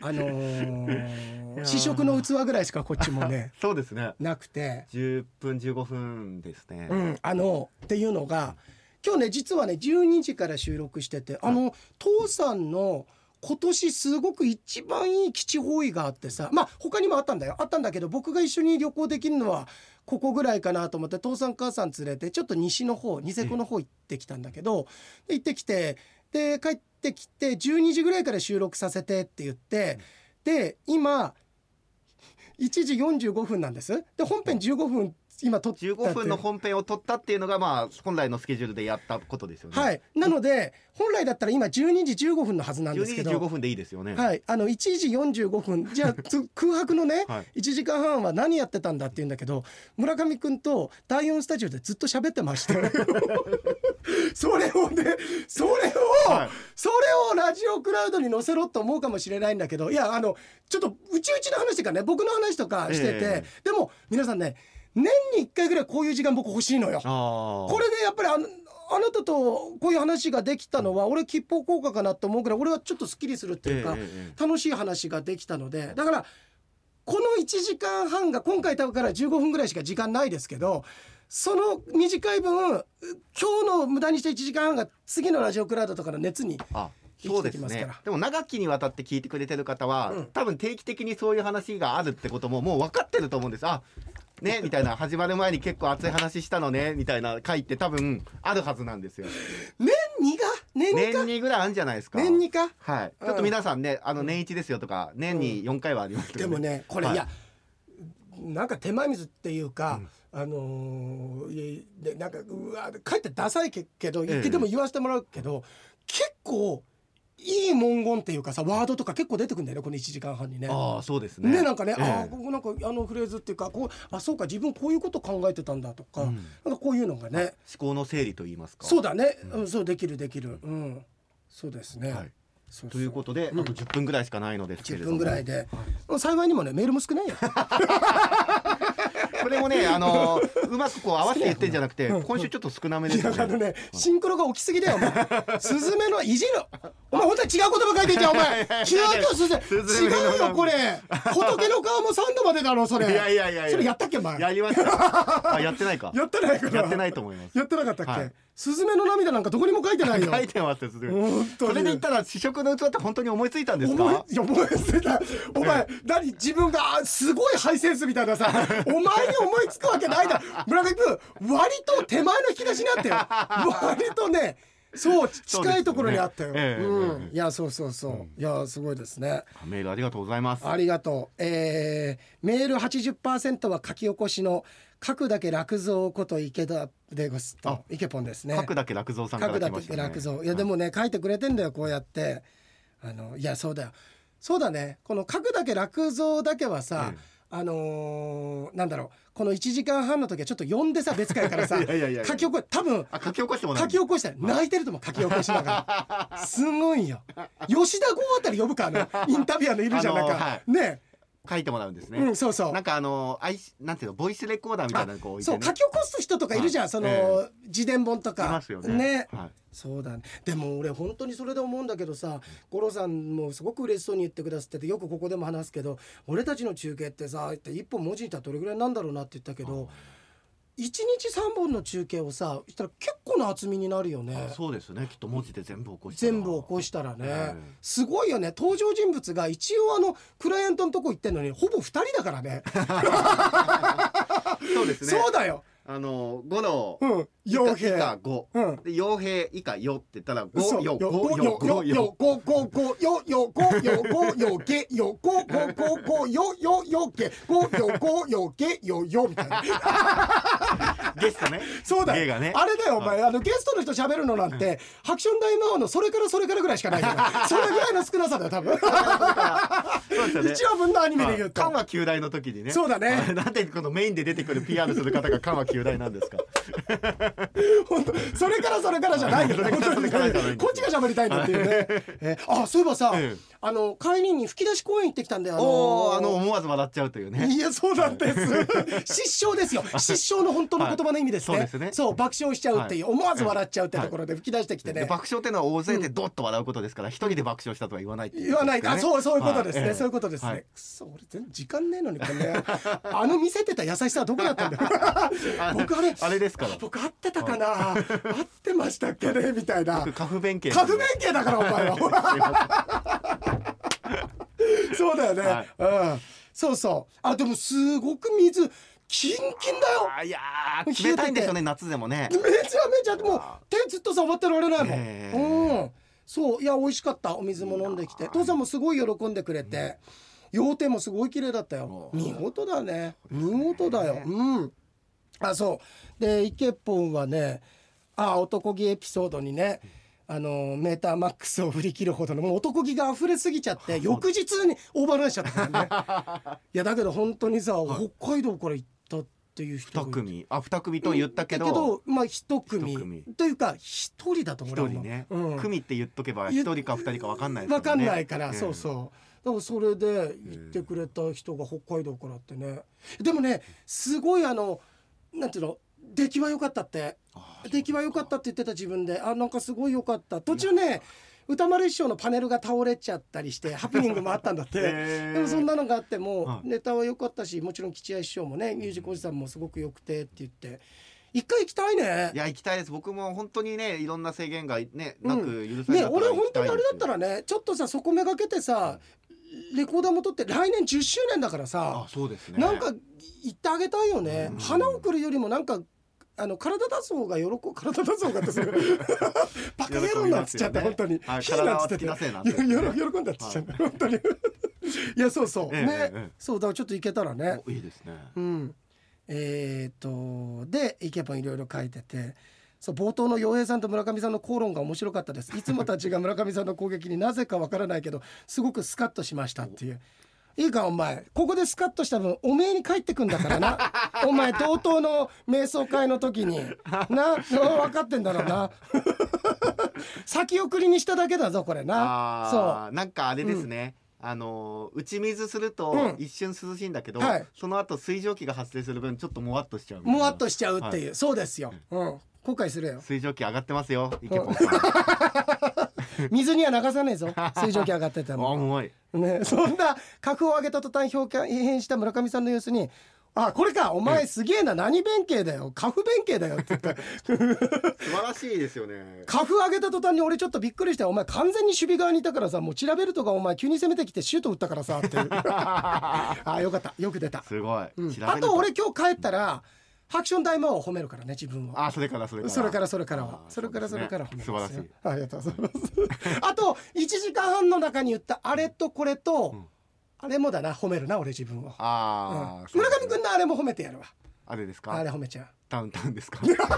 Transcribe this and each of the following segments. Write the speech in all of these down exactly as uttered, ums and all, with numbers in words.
あのー、試食の器ぐらいしかこっちもねそうですね、 なくてじゅっぷんじゅうごふんですね、 うん、あのっていうのが今日ね実はねじゅうにじから収録してて、あの父さんの今年すごく一番いい基地方位があってさ、まあ他にもあったんだよあったんだけど、僕が一緒に旅行できるのはここぐらいかなと思って父さん母さん連れてちょっと西の方ニセコの方行ってきたんだけど、で行ってきてで帰ってきてじゅうにじぐらいから収録させてって言って、で今いちじよんじゅうごふんなんです。で本編じゅうごふん今撮ったってじゅうごふんの本編を撮ったっていうのがまあ本来のスケジュールでやったことですよね。 はい、なので本来だったら今じゅうにじじゅうごふんのはずなんですけど、 じゅうにじじゅうごふんでいいですよね。 はい、あのいちじよんじゅうごふんじゃあ空白のね、はい、いちじかんはんは何やってたんだって言うんだけど、村上くんとだいよんスタジオでずっと喋ってましたそれをねそれを、はい、それをラジオクラウドに載せろと思うかもしれないんだけど、いやあのちょっとうちうちの話とかね僕の話とかしてて、えー、でも皆さんね年にいっかいぐらいこういう時間僕欲しいのよ。これでやっぱりあのあなたとこういう話ができたのは俺吉報効果かなと思うくらい俺はちょっとスッキリするっていうか、えー、楽しい話ができたので、だからこのいちじかんはんが今回多分からじゅうごふんぐらいしか時間ないですけど、その短い分今日の無駄にしたいちじかんはんが次のラジオクラウドとかの熱にそうですね。でも長きにわたって聞いてくれてる方は、うん、多分定期的にそういう話があるってことももう分かってると思うんです。あねみたいな始まる前に結構熱い話したのねみたいな回って多分あるはずなんですよ。 年にが年にか年にぐらいあるんじゃないですか。 年にか、 はい、ちょっと皆さんねあの年一ですよとか、うん、年によんかいはありますけど、ね、 でもねこれ、はい、いやなんか手前水っていうか、うん、あのー、でなんかうわかえってダサいけど言ってでも言わせてもらうけど、ええ、結構いい文言っていうかさワードとか結構出てくるんだよねこのいちじかんはんにね。 ああそうですね。 ねなんかね、 ええ、 あここなんかあのフレーズっていうかこうあそうか自分こういうこと考えてたんだとか、うん、なんかこういうのがね思考の整理と言いますか。 そうだね、うん、そうできるできる、うん、そうですね、はい、そうそうということで、うん、あとじゅっぷんぐらいしかないのですけれども、 じゅっぷんぐらいで、はい、幸いにもねメールも少ないよこれもね、あのー、うまくこう合わせて言ってんじゃなくて、うん、今週ちょっと少なめですよね。 いやあのねシンクロが起きすぎだよお前スズメのいじるお前本当に違う言葉書いてんじゃんお前違うよスズメ違うよこれ仏の顔もさんどまでだろそれ。 いやいやいやいやそれやったっけ前やりましたあやってないかやってないかやってないと思います。 やってなかったっけ、 はい、 スズメの涙なんかどこにも書いてないよ。 書いてますよそれで言ったら試食の器って本当に思いついたんですか。 思いいや思いついたお前何自分がすごいハイセンスみたいなさお前に思いつくわけないだ村上君割と手前の引き出しにあったよ割とねそう近いところにあったよ、ねええうん、いやそうそうそう、うん、いやすごいですね。 メールありがとうございます。 ありがとう、えー、メール はちじゅっパーセント は書き起こしの書くだけ楽蔵こと池田でごすと池ポンですね。 書くだけ楽蔵さんから来ましたね。 書くだけ楽蔵いやでもね、はい、書いてくれてんだよこうやってあのいやそうだよそうだねこの書くだけ楽蔵だけはさ、ええあのー、なんだろうこのいちじかんはんの時はちょっと呼んでさ別会からさいやいやいや書き起こ多分あ書き起こしてもない書き起こしたら泣いてると思う書き起こしながらすごいよ吉田剛あたり呼ぶかあのインタビュアーのいるじゃん、あのー、なんか、はい、ね書いてもらうんですね、 うん、そうそうなんかあのアイなんていうのボイスレコーダーみたいなのこう置いて、ね、 そう書き起こす人とかいるじゃん、はい、その、えー、自伝本とかいますよね、 ね、 はい、 そうだね。でも俺本当にそれで思うんだけどさ、五郎さんもすごく嬉しそうに言ってくださっててよくここでも話すけど俺たちの中継ってさって一本文字にしたらどれぐらいなんだろうなって言ったけどいちにちさんぼんの中継をさしたら結構な厚みになるよね。 そうですねきっと文字で全部起こしたら全部起こしたらね、えー、すごいよね。登場人物が一応あのクライアントのとこ行ってんのにほぼふたりだからねそうですねそうだよあの五郎、 うん、傭兵以下ご、うん、で傭兵以下よって言ったらごよごよごよごごごよよごよごよけよごごごごよよよけごよごよけよよみたいなゲストねそうだ芸がねあれだよお前あのゲストの人喋るのなんてハクション大魔王のそれからそれからぐらいしかないからそれぐらいの少なさだよ多分一話分のアニメで言うと緩和旧大の時にねそうだねなんでこのメインで出てくる ピーアール する方が緩和旧大なんですか本当それからそれからじゃないよねこっちが喋りたいんだっていうね、えー、あそういえばさ、ええ、 あの帰りに吹き出し公園行ってきたんで、あのー、あの思わず笑っちゃうというね。 いやそうなんです失笑ですよ。失笑の本当の言葉の意味ですね、はい、そうですね。そう爆笑しちゃうっていう、はい、思わず笑っちゃうってところで吹き出してきてね、 はい、爆笑っていうのは大勢でドッと笑うことですから、一、うん、人で爆笑したとは言わないっていう、ね、 言わない。あ、そうそういうことですね、はい、そういうことですね、はい、くそ俺全然時間ねえのにこれ、ね、あの見せてた優しさはどこだったんだよ僕あれあれですから、 僕合ってたかな、はい、合ってましたっけねみたいな。 僕カフ弁慶カフ弁慶だからお前はそうだよね、はい、うん、そうそう。あでもすごく水キンキンだよ。 あいや冷たいんですよね夏でもね。 めちゃめちゃもう手ずっと触ってられないもん、えー、うんそういや美味しかった。お水も飲んできて父さんもすごい喜んでくれて、要点もすごい綺麗だったよ。見事だね、見事だよ。うんあそうでイケポンはね、あ男気エピソードにね、あのメーターマックスを振り切るほどのもう男気が溢れすぎちゃって翌日にオーバーランしちゃったからねいやだけど本当にさ、はい、北海道から行ったっていう人がに組あに組と言ったけど、 だけどまあ一組というか一人だと思う。 一人ね、うん、組って言っとけば一人か二人か分かんないですよね。 分かんないから、えー、そうそうだからそれで言ってくれた人が北海道からってね。でもねすごいあのなんていうの出来は良かったって、出来は良かったって言ってた自分で、あなんかすごい良かった。途中ね歌丸師匠のパネルが倒れちゃったりしてハプニングもあったんだってでもそんなのがあっても、はい、ネタは良かったし、もちろん吉谷師匠もねミュージックおじさんもすごく良くてって言って一回行きたいね。 いや行きたいです。僕も本当にねいろんな制限がねなく許されたら、うん、ね俺本当にあれだったらねちょっとさそこめがけてさ、うん、レコーダーも取って来年じゅっしゅうねんだからさ、 あそうですね、 なんか行ってあげたいよね、うん、花を送るよりもなんかあの体出す方が喜ぶ。体出す方がってするバカ野郎なっつっちゃって本当に、 はい、体はつきなせえなって、ね、 喜んだっつっちゃって、はい、本当にいやそうそう、ええね、ええ、そうだからちょっと行けたらねいいですね。 うんえー、っとでイケポンいろいろ書いてて、そう冒頭の洋平さんと村上さんの口論が面白かったです。いつもたちが村上さんの攻撃になぜかわからないけどすごくスカッとしましたっていう。いいかお前ここでスカッとした分おめえに帰ってくんだからなお前同等の瞑想会の時にな分かってんだろうな先送りにしただけだぞこれな。そうなんかあれですね、うん、あの打ち水すると一瞬涼しいんだけど、うんはい、その後水蒸気が発生する分ちょっともわっとしちゃうもわっとしちゃうっていう、はい、そうですよ、うん、後悔するよ。 水蒸気上がってますよイケポンさん水には流さねえぞ水蒸気上がってたのあうまい、 ね、そんな格を上げた途端表変した村上さんの様子にあこれかお前すげえな、何弁慶だよカフ弁慶だよって言って素晴らしいですよね。 カフ上げた途端に俺ちょっとびっくりして、お前完全に守備側にいたからさ、もうチラベルトがお前急に攻めてきてシュート打ったからさっていうあよかったよく出たすごい、 うん、あと俺今日帰ったらハクション大魔王を褒めるからね自分を。 あそれからそれからそれからそれからはそれからそれから褒めますよ。素晴らしいありがとうございますあといちじかんはんの中に言ったあれとこれと、うん、あれもだな褒めるな俺自分を。あ、うん、村上くんのあれも褒めてやるわ。あれですか。 あれ褒めちゃう。 ダウンタウンですか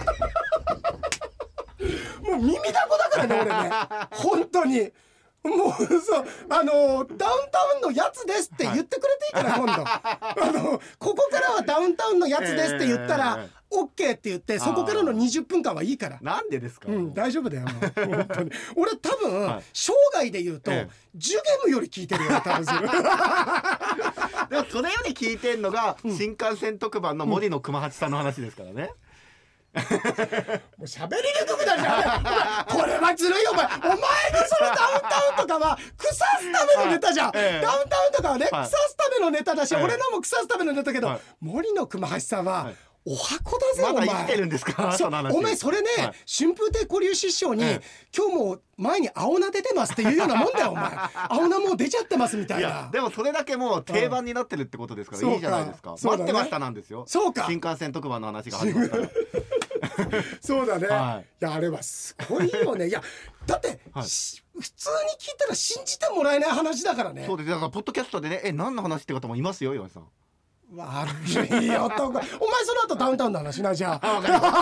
もう耳だこだからね俺ね本当にもうそうあのダウンタウンのやつですって言ってくれていいから、はい、今度あのここからはダウンタウンのやつですって言ったら、えー、オッケーって言ってそこからのにじゅっぷんかんはいいから。 なんでですか。 うん大丈夫だよもう本当に俺多分、はい、生涯で言うと、えー、ジュゲムより聞いてるよ多分でもそれより聞いてんのが、うん、新幹線特番の森の熊八さんの話ですからね、 もう喋りにくくなるじゃんこれはずるいよお前お前のそのダウンタウンとかは腐すためのネタじゃん、はいええ、ダウンタウンとかはね、はい、腐すためのネタだし、はい、俺のも腐すためのネタだけど、はい、森の熊橋さんは、はいお箱だぜお前。 まだ生きてるんですか。 そお前それね、はい、春風亭小龍師匠に、はい、今日も前に青菜出てますっていうようなもんだよお前青菜もう出ちゃってますみたいな。いやでもそれだけもう定番になってるってことですから、うん、いいじゃないですか。待ってましたなんですよ。 そうか新幹線特番の話が始まったらそうだね、はい、いやあれはすごいよねいやだって、はい、普通に聞いたら信じてもらえない話だからね。 そうです。だからポッドキャストでねえ何の話って方もいますよ岩井さん。 悪い男お前その後ダウンタウンの話なじゃあ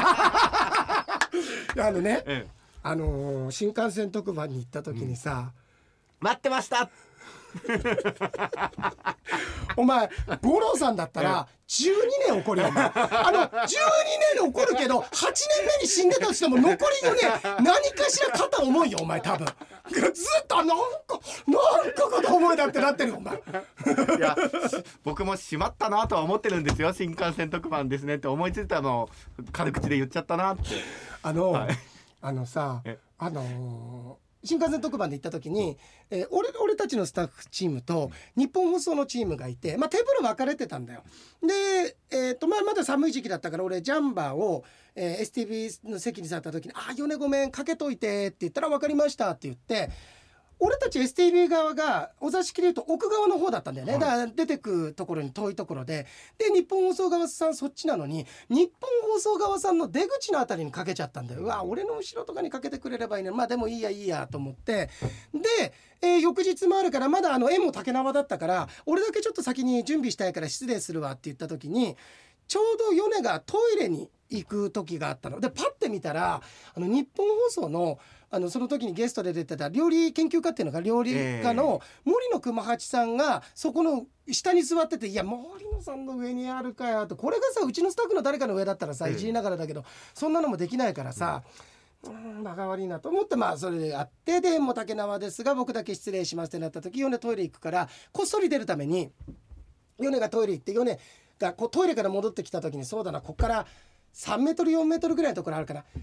あのね、ええ、あのー、新幹線特番に行った時にさ、 うん、待ってましたお前五郎さんだったらじゅうにねん怒るよ。あのじゅうにねん怒るけどはちねんめに死んでたとしても残りのね何かしら肩重いよお前多分。ずっとなんかなんか肩重いだってなってるよお前。 いや僕もしまったなとは思ってるんですよ。新幹線特番ですねって思いついたのを軽口で言っちゃったなって。 あの、 はい、 あのさあのー新幹線特番で行った時に、えー、俺, 俺たちのスタッフチームと日本放送のチームがいて、まあ、テーブル分かれてたんだよ。で、えーとまあ、まだ寒い時期だったから俺ジャンバーを、えー、エスティービー の席に座った時に「あ米ごめんかけといて」って言ったら「分かりました」って言って、俺たち エスティービー 側がお座敷でいうと奥側の方だったんだよね、はい、だから出てくところに遠いところで、で日本放送側さんそっちなのに日本放送側さんの出口のあたりにかけちゃったんだよ。うわ俺の後ろとかにかけてくれればいいね、まあでもいいやいいやと思って、で、えー、翌日もあるからまだあの絵も竹縄だったから俺だけちょっと先に準備したいから失礼するわって言った時にちょうど米がトイレに行く時があったので、パッて見たらあの日本放送のあのその時にゲストで出てた料理研究家っていうのが料理家の森野熊八さんがそこの下に座ってて、いや森野さんの上にあるかよと、これがさうちのスタッフの誰かの上だったらさいじりながらだけどそんなのもできないからさ、うん間が悪いなと思って、まあそれでやってでもう竹縄ですが僕だけ失礼しますってなった時米トイレ行くからこっそり出るために米がトイレ行って米がこうトイレから戻ってきた時にそうだなこっからさんメートルよんメートルぐらいのところあるから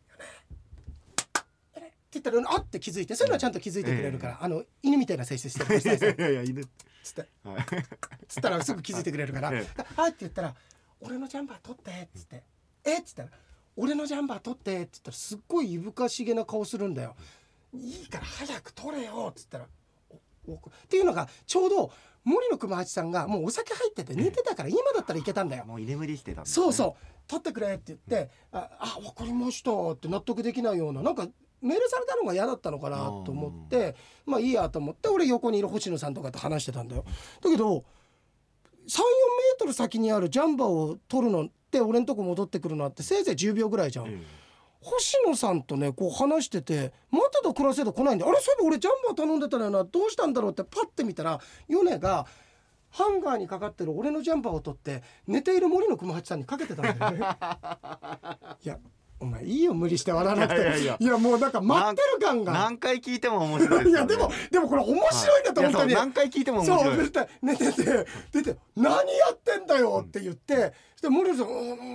って言ったらあって気づいて、そういうのはちゃんと気づいてくれるから、えー、あの犬みたいな性質してるいやいや犬つって、はい、つったらすぐ気づいてくれるから「えー、あ」って言ったら「俺のジャンバー取って」っつって「えっ?」つったら「俺のジャンバー取って」って言ったらすっごいいぶかしげな顔するんだよ。いいから早く取れよっつったらおおっていうのがちょうど森の熊八さんがもうお酒入ってて寝てたから今だったらいけたんだよ。 もう居眠りしてたんだ、ね、 そうそう取ってくれって言って「ああ分かりました」って納得できないようななんかメールされたのが嫌だったのかなと思ってまあいいやと思って俺横にいる星野さんとかと話してたんだよ。だけど さんよんメートル先にあるジャンバーを取るのって俺のとこ戻ってくるのってせいぜいじゅうびょうぐらいじゃん、うん、星野さんとねこう話してて待てど暮らせど来ないんで、あれそういえば俺ジャンバー頼んでたのよなどうしたんだろうってパッて見たら米がハンガーにかかってる俺のジャンバーを取って寝ている森の熊八さんにかけてたんだよねいやお前いいよ無理して笑わなくて。いやいやいや、いやもうなんか待ってる感が何回聞いても面白いですよね。いやでもでもこれ面白いんだと思ったね、 はい、何回聞いても面白い。 そう寝てて出て何やってんだよって言って、うん、そして森野さん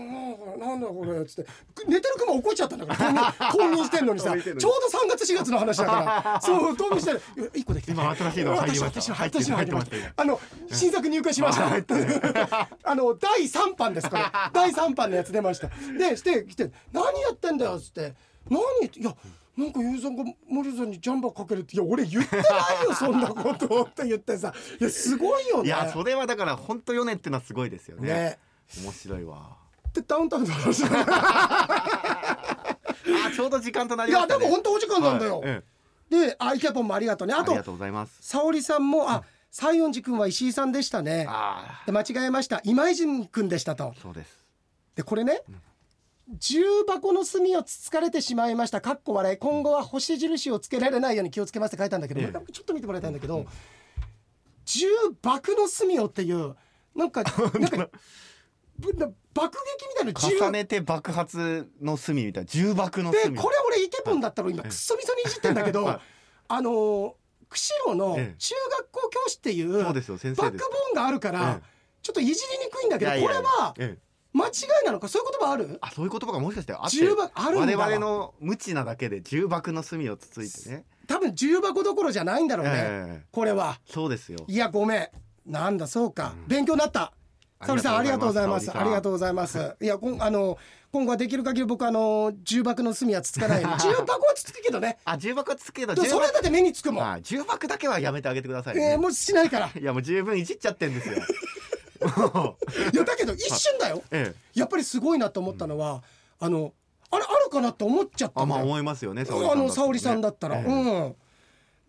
「なんだこれ」っつって寝てる熊怒っちゃったんだから冬眠してんのにさちょうどさんがつしがつの話だからそう冬眠してるいっこできた今新しいの入りました。 入ってましたあの新作入荷しましたあのだいさんばんですこれだいさんばんのやつ出ました。でして来て何やってんだよっつって何いやなんかゆうさんが森さんにジャンバーかけるっていや俺言ってないよそんなことって言ってさいやすごいよね。 いやそれはだから本当よねってのはすごいですよね。ね面白いわ。 でダウンタウンの話あちょうど時間となりましたね。 いやでも本当お時間なんだよ、はい、であイキャポンもありがとうね。あとありがとうございます。 沙織さんもあ西園寺君は石井さんでしたね。あで間違えました今泉君でしたと。 そうです。 でこれね、うん重箱の隅をつつかれてしまいましたかっこ笑い今後は星印をつけられないように気をつけますって書いたんだけど、ええ、ちょっと見てもらいたいんだけど、うん、重箱の隅をっていうなんかなんか爆撃みたいな重ねて爆発の隅みたいな重爆の隅でこれ俺イケポンだったら今クッソみそにいじってんだけど、はい、あの釧路の中学校教師っていうバックボーンがあるからちょっといじりにくいんだけどこれは間違いなのかそういう言葉ある？ あそういう言葉がもしかしてあって重箱あるんだわ。 我々の無知なだけで重箱の隅をつついてね多分重箱どころじゃないんだろうね、えー、これはそうですよ。 いやごめんなんだそうか、うん、勉強になった。沙織さんありがとうございます。ありがとうございます。いやこんあの今後はできる限り僕あの重箱の隅はつつかないように重箱はつつくけどねあ重箱はつつくけどそれだって目につくもん、 まあ、重箱だけはやめてあげてくださいね。 えー、もうしないからいやもう十分いじっちゃってんですよいやだけど一瞬だよ、ええ、やっぱりすごいなと思ったのは、うん、あのあれあるかなって思っちゃったんだよ。 あまあ思いますよねあの沙織さんだったら、ええ、うん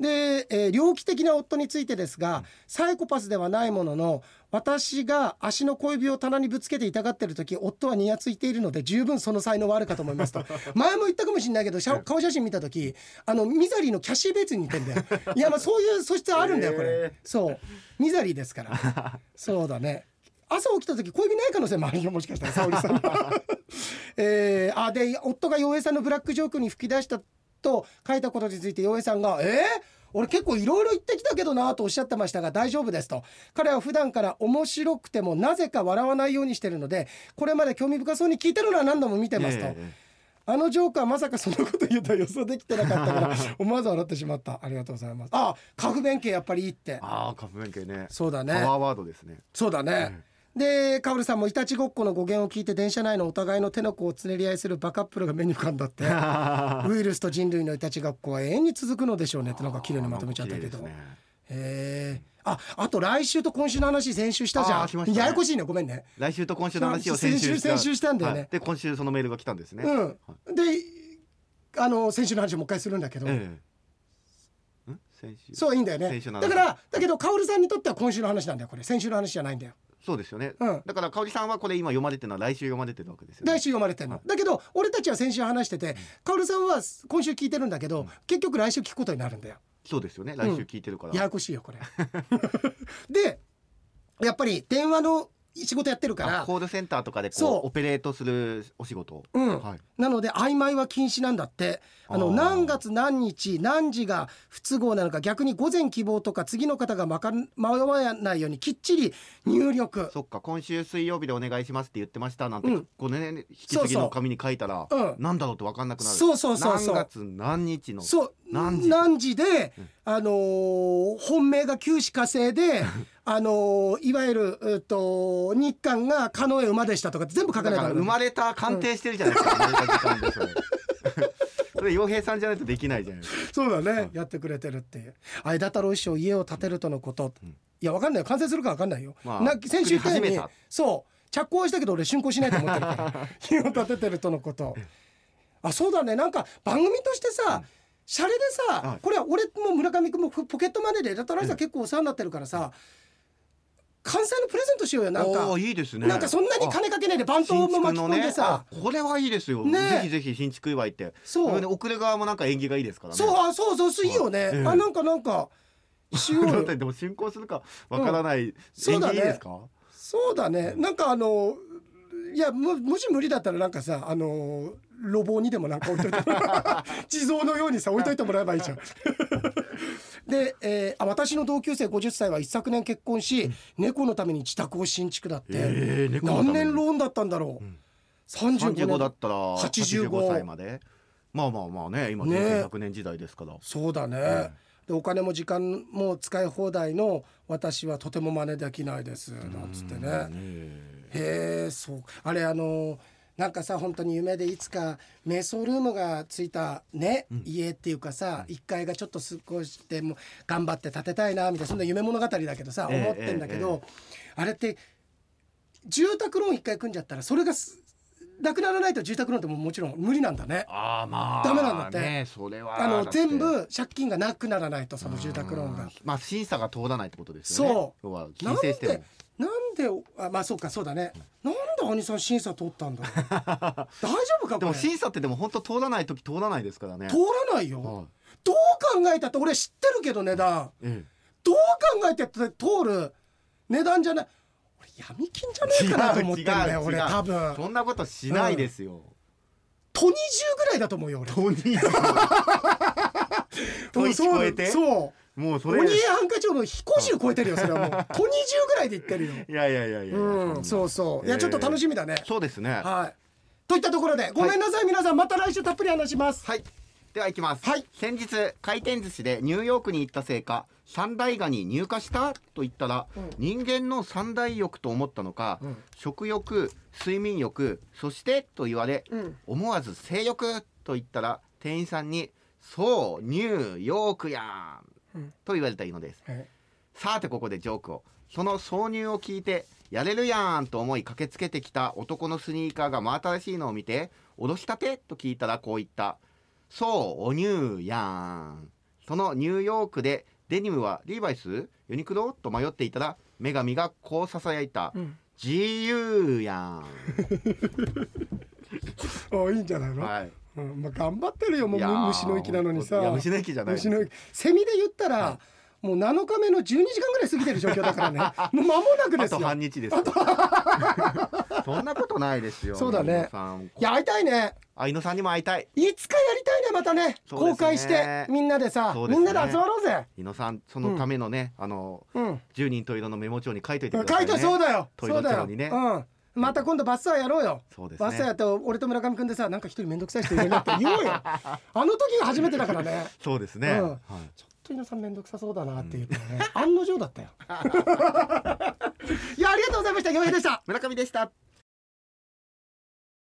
で、えー、猟奇的な夫についてですが、うん、サイコパスではないものの、私が足の小指を棚にぶつけて痛がってる時、夫はニヤついているので十分その才能はあるかと思いますと前も言ったかもしれないけど、顔写真見た時、あのミザリーのキャシー・ベイツに似てんだよいや、まあそういう素質あるんだよこれ、えー、そうミザリーですからそうだね。朝起きた時小指ない可能性もあるよ、もしかしたら沙織さんえー、あで夫が洋平さんのブラックジョークに吹き出したと書いたことについて洋平さんがえー俺結構いろいろ言ってきたけどなとおっしゃってましたが大丈夫ですと。彼は普段から面白くてもなぜか笑わないようにしてるので、これまで興味深そうに聞いてるのは何度も見てますと、えー、あのジョークはまさかそのこと言うとは予想できてなかったから思わず笑ってしまった。ありがとうございます。あ、カフ弁慶やっぱりいいって。 あ、カフ弁慶ね。 そうだね、 パワーワードですね。 そうだね、うんでカオルさんもいたちごっこの語源を聞いて電車内のお互いの手の甲をつねり合いするバカップルが目に浮かんだってウイルスと人類のいたちごっこは永遠に続くのでしょうねってなんか綺麗にまとめちゃったけど、ね、へえ。あ、あと来週と今週の話先週したじゃん、ね、ややこしいね、ごめんね。 来週と今週の話を先週した先週したんだよね、はい、 で今週そのメールが来たんですね、 うんであの先週の話をもう一回するんだけど、ええ、先週そういいんだよね。だからだけどカオルさんにとっては今週の話なんだよ、これ先週の話じゃないんだよ。 そうですよね、 うん、 だから香織さんはこれ今読まれてるのは来週読まれてるわけですよね。 来週読まれてるの、はい、だけど俺たちは先週話してて、香織さんは今週聞いてるんだけど、うん、結局来週聞くことになるんだよ。 そうですよね、来週聞いてるから、 うん、ややこしいよこれでやっぱり電話の仕事やってるからコールセンターとかでこうオペレートするお仕事、 うんはい、なので曖昧は禁止なんだって。あの何月何日何時が不都合なのか、逆に午前希望とか次の方がまか迷わないようにきっちり入力。 そっか、今週水曜日でお願いしますって言ってましたなんて、うん、このね引き継ぎの紙に書いたらそうそう、うん、何だろうと分かんなくなる。 そうそうそうそう、 何月何日のそう何時何時で、うん、あのー、本命が九死火星であのー、いわゆる、えっと、日韓が狩野へ馬でしたとか全部書かないから、 生まれた鑑定してるじゃないですか、うん、生まれた時間でそれそれ洋平さんじゃないとできないじゃないですか。 そうだね、うん、やってくれてるっていう。あ、枝太郎師匠家を建てるとのこと、うん、いや分かんない、完成するか分かんないよ、まあ、な先週言ったようにそう着工はしたけど俺竣工しないと思ってるから家を建ててるとのこと。あ、そうだね、なんか番組としてさ、うん、シャレでさ、はい、これは俺も村上君もポケットマネーで枝太郎さん結構お世話になってるからさ、関西のプレゼントしようよ。なんかいいですね、 なんかそんなに金かけないで番頭も巻き込んでさ、 ね、これはいいですよ、ね、ぜひぜひ新築祝いって。そう、ね、送る側もなんか縁起がいいですからね。 そう、あ、そうそうそう、いいよね、ええ、あ、なんかなんかしようよでも進行するかわからない、うん、縁起いいですか。 そうだね、なんかあのいや も, もし無理だったらなんかさ、あの路傍にでもなんか置いといて地蔵のようにさ置いといてもらえばいいじゃんで、えー、あ、私の同級生ごじゅっさいは一昨年結婚し、うん、猫のために自宅を新築だって、えー、何年ローンだったんだろう、うん、さんじゅうごねん、さんじゅうごだったらはちじゅうごさいまで、まあまあまあね、今人生ひゃくねん時代ですから、ね、そうだね、うんでお金も時間も使い放題の私はとても真似できないですなんつってね。へえ、そうあれあのなんかさ、本当に夢でいつか瞑想ルームがついたね、うん、家っていうかさ、いっかいがちょっと少しでも頑張って建てたいなみたいな、そんな夢物語だけどさ、思ってんだけど、えーえーえー、あれって住宅ローンいっかい組んじゃったらそれがなくならないと住宅ローンってももちろん無理なんだね。 あ、まあダメなんだって、 ね、それはあの全部借金がなくならないと、その住宅ローンが、 まあ審査が通らないってことですよね。そう、要は申請してもなんで、なんで、あ、まあそうか、そうだね、うん、なんで兄さん審査通ったんだろう大丈夫かこれ。 でも審査ってでも本当通らない時通らないですからね。 通らないよ、はい、どう考えたって俺知ってるけど値段、ええ、どう考えてって通る値段じゃない。闇金じゃねえかなと思ってんだよ俺。多分そんなことしないですよ、うん、 都にじゅうぐらいだと思うよ俺。 都にじゅう都いち超えて、 そうもうそれ鬼ハンカチの彦十超えてるよそれはもう都にじゅうぐらいでいってるよ。 いやいやいやいや、 うん、そうそう、いやちょっと楽しみだね、えー、 そうですね、 はい。といったところでごめんなさい、はい、皆さんまた来週たっぷり話します。 はい、では行きます、 はい、 先日回転寿司でニューヨークに行ったせいか三大河に入荷したと言ったら、うん、人間の三大欲と思ったのか、うん、食欲、睡眠欲、そしてと言われ、うん、思わず性欲と言ったら店員さんにそうニューヨークやん、うん、と言われたいのです、はい、さてここでジョークを。その挿入を聞いてやれるやんと思い駆けつけてきた男のスニーカーが真新しいのを見ておろしたてと聞いたらこう言った。そうおニューやん。 そのニューヨークでデニムはリーバイスユニクロと迷っていたら女神がこうささやいた、うん、自由やんおいいんじゃないの、はい、うんまあ、頑張ってるよもう虫の息なのにさ。 いや虫の息じゃないです。虫の息セミで言ったら、はい、もうなのかめのじゅうにじかんぐらい過ぎてる状況だからねもう間もなくですよ。 あと半日ですそんなことないですよ。 そうだね。いや会いたいね。 愛野さんにも会いたい。 いつかやりたいねまたね。公開してみんなでさ、ね、みんなで集まろうぜ。 井野さんそのためのね、うん、あの、うん、じゅうにん十色のメモ帳に書いといてくださいね。 書いとそうだよ。 トイレ帳にね。 うんまた今度バスツアーやろうよ。 そうですね、 バスツアーやって俺と村上くんでさなんか一人めんどくさい人いるなって言おうよあの時が初めてだからね。 そうですね、うんはい、 ちょっと井野さんめんどくさそうだなって言ってね、うん、案の定だったよいやありがとうございました。陽平でした。 村上でした。